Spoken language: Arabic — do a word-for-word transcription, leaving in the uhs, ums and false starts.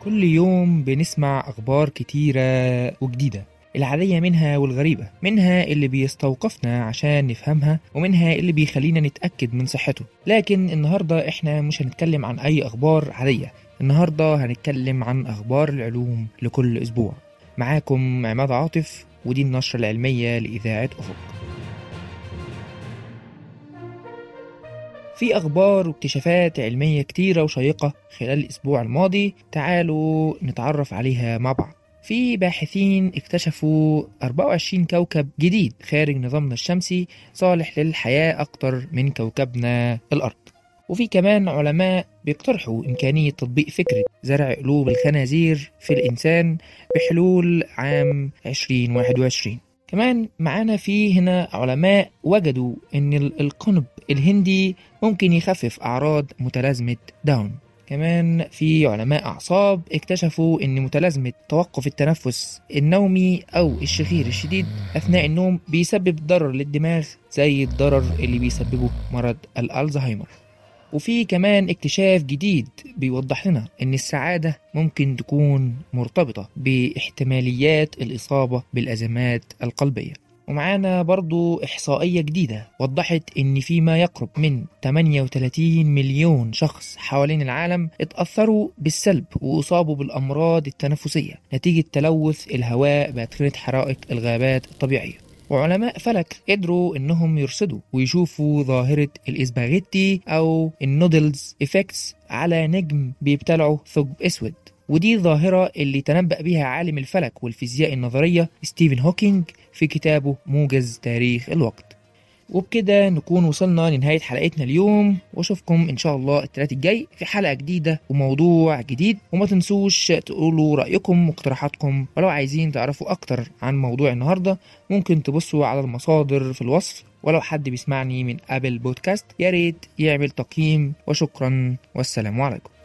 كل يوم بنسمع أخبار كتيرة وجديدة، العادية منها والغريبة، منها اللي بيستوقفنا عشان نفهمها ومنها اللي بيخلينا نتأكد من صحته. لكن النهاردة احنا مش هنتكلم عن أي أخبار عادية، النهاردة هنتكلم عن أخبار العلوم لكل أسبوع. معاكم عماد عاطف، ودي النشرة العلمية لإذاعة أفق. في أخبار واكتشافات علمية كتيرة وشيقة خلال الأسبوع الماضي، تعالوا نتعرف عليها مع بعض. في باحثين اكتشفوا أربعة وعشرين كوكب جديد خارج نظامنا الشمسي صالح للحياة أكتر من كوكبنا الأرض. وفي كمان علماء بيقترحوا إمكانية تطبيق فكرة زرع قلوب الخنازير في الإنسان بحلول عام عشرين واحد وعشرين. كمان معانا في هنا علماء وجدوا ان القنب الهندي ممكن يخفف اعراض متلازمة داون. كمان في علماء اعصاب اكتشفوا ان متلازمة توقف التنفس النومي او الشخير الشديد اثناء النوم بيسبب ضرر للدماغ زي الضرر اللي بيسببه مرض الالزهايمر. وفي كمان اكتشاف جديد بيوضح لنا ان السعادة ممكن تكون مرتبطة باحتماليات الإصابة بالأزمات القلبية. ومعانا برضو إحصائية جديدة وضحت ان في ما يقرب من ثمانية وثلاثين مليون شخص حوالين العالم اتأثروا بالسلب وأصابوا بالأمراض التنفسية نتيجة تلوث الهواء بأدخنة حرائق الغابات الطبيعية. وعلماء فلك قدروا انهم يرصدوا ويشوفوا ظاهرة الاسباغيتي او النودلز إفكتس على نجم بيبتلعه ثقب اسود، ودي ظاهرة اللي تنبأ بها عالم الفلك والفيزياء النظرية ستيفن هوكينج في كتابه موجز تاريخ الوقت. وبكده نكون وصلنا لنهاية حلقتنا اليوم، واشوفكم ان شاء الله الثلاث الجاي في حلقة جديدة وموضوع جديد. وما تنسوش تقولوا رأيكم واقتراحاتكم، ولو عايزين تعرفوا اكتر عن موضوع النهاردة ممكن تبصوا على المصادر في الوصف. ولو حد بيسمعني من ابل بودكاست ياريت يعمل تقييم، وشكرا والسلام عليكم.